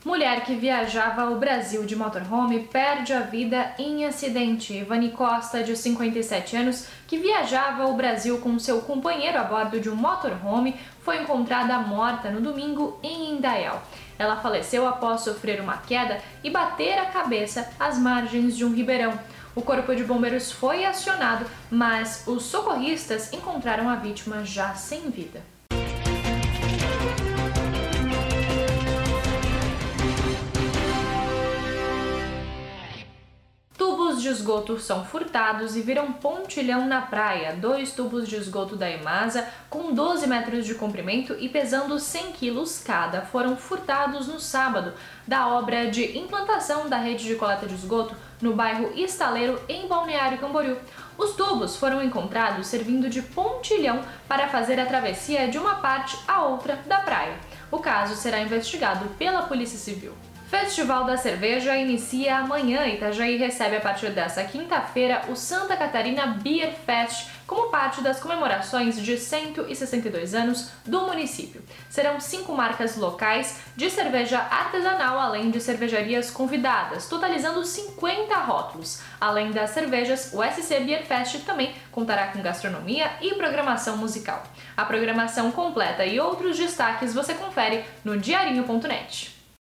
Mulher que viajava ao Brasil de motorhome perde a vida em acidente. Ivani Costa, de 57 anos, que viajava ao Brasil com seu companheiro a bordo de um motorhome, foi encontrada morta no domingo em Indaial. Ela faleceu após sofrer uma queda e bater a cabeça às margens de um ribeirão. O corpo de bombeiros foi acionado, mas os socorristas encontraram a vítima já sem vida. Tubos de esgoto são furtados e viram pontilhão na praia. 2 tubos de esgoto da EMASA, com 12 metros de comprimento e pesando 100 quilos cada, foram furtados no sábado, da obra de implantação da rede de coleta de esgoto no bairro Estaleiro, em Balneário Camboriú. Os tubos foram encontrados servindo de pontilhão para fazer a travessia de uma parte à outra da praia. O caso será investigado pela Polícia Civil. Festival da Cerveja inicia amanhã. Itajaí recebe a partir desta quinta-feira o Santa Catarina Beer Fest como parte das comemorações de 162 anos do município. Serão 5 marcas locais de cerveja artesanal, além de cervejarias convidadas, totalizando 50 rótulos. Além das cervejas, o SC Beer Fest também contará com gastronomia e programação musical. A programação completa e outros destaques você confere no diarinho.net.